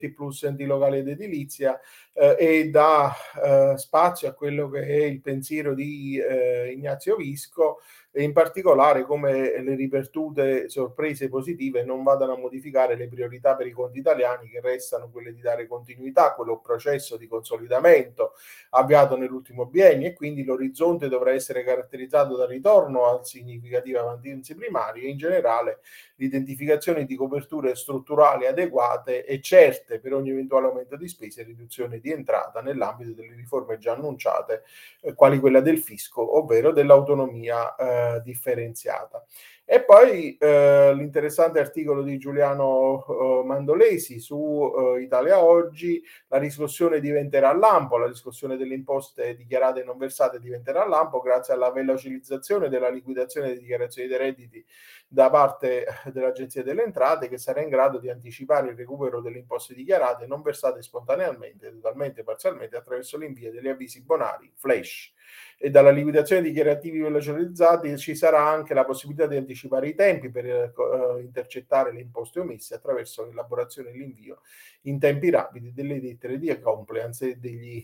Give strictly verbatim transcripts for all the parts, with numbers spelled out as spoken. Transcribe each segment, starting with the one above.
plus enti locali ed edilizia, eh, e dà eh, spazio a quello che è il pensiero di eh, Ignazio Visco, e in particolare come le ripetute sorprese positive non vadano a modificare le priorità per i conti italiani, che restano quelle di dare continuità a quello processo di consolidamento avviato nell'ultimo biennio, e quindi l'orizzonte dovrà essere caratterizzato dal ritorno a significative avanzi primari e in generale l'identificazione di coperture strutturali adeguate e certe per ogni eventuale aumento di spese e riduzione di entrata nell'ambito delle riforme già annunciate, eh, quali quella del fisco, ovvero dell'autonomia eh, differenziata. E poi eh, l'interessante articolo di Giuliano eh, Mandolesi su eh, Italia Oggi: la riscossione diventerà lampo, la riscossione delle imposte dichiarate e non versate diventerà lampo grazie alla velocizzazione della liquidazione delle dichiarazioni dei redditi da parte dell'Agenzia delle Entrate, che sarà in grado di anticipare il recupero delle imposte dichiarate e non versate spontaneamente, totalmente o parzialmente, attraverso l'invio degli avvisi bonari flash. E dalla liquidazione dichiarativi velocizzati ci sarà anche la possibilità di anticipare i tempi per eh, intercettare le imposte omesse attraverso l'elaborazione e l'invio in tempi rapidi delle lettere di compliance e degli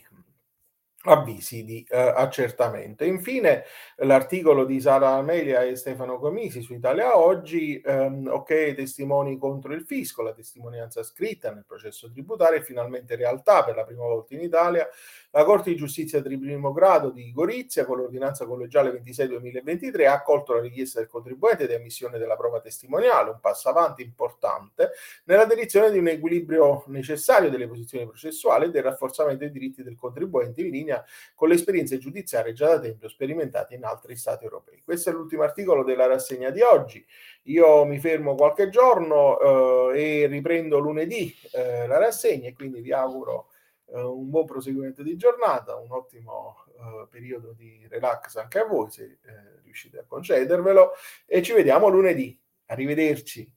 avvisi di eh, accertamento. Infine l'articolo di Sara Amelia e Stefano Comisi su Italia Oggi: ehm, ok testimoni contro il fisco, la testimonianza scritta nel processo tributario è finalmente realtà per la prima volta in Italia. La Corte di Giustizia di primo grado di Gorizia, con l'ordinanza collegiale ventisei duemilaventitré, ha accolto la richiesta del contribuente di ammissione della prova testimoniale, un passo avanti importante nella direzione di un equilibrio necessario delle posizioni processuali e del rafforzamento dei diritti del contribuente, in linea con le esperienze giudiziarie già da tempo sperimentate in altri stati europei. Questo è l'ultimo articolo della rassegna di oggi. Io mi fermo qualche giorno eh, e riprendo lunedì eh, la rassegna, e quindi vi auguro eh, un buon proseguimento di giornata, un ottimo eh, periodo di relax anche a voi, se eh, riuscite a concedervelo, e ci vediamo lunedì. Arrivederci.